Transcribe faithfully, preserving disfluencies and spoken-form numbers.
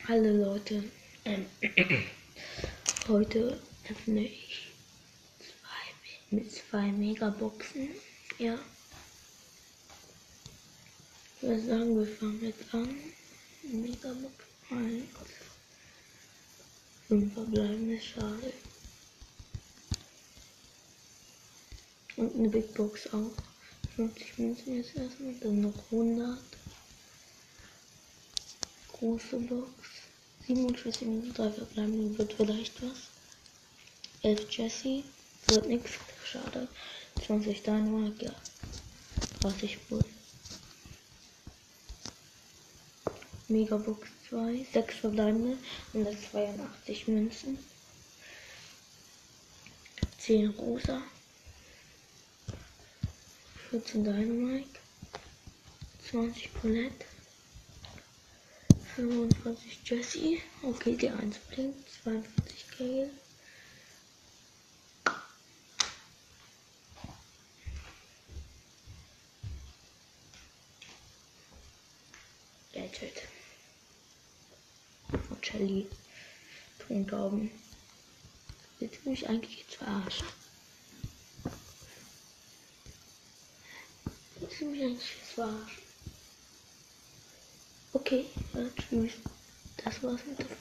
Hallo Leute, ähm, heute öffne ich zwei, mit zwei Megaboxen. Ja, ich würde sagen, wir fangen jetzt an. Megabox eins. fünf verbleibende, schade. Und eine Big Box auch. fünfzig Münzen jetzt erstmal, dann noch hundert. Große Box. siebenundvierzig Münzen, drei verbleibende, wird vielleicht was. elf Jesse, wird nichts, schade. zwanzig Dynamite, ja. dreißig Bull. Megabox zwei, sechs verbleibende, hundertzweiundachtzig Münzen. zehn Rosa. vierzehn Dynamite. zwanzig Colette. fünfundvierzig Jesse. Okay, die eins blinkt. zweiundvierzig Gale. Gadget. Und Shelly. Tontauben. Willst du mich eigentlich jetzt verarschen? Willst du mich eigentlich jetzt verarschen? Okay, ja, tschüss. Das war's mit der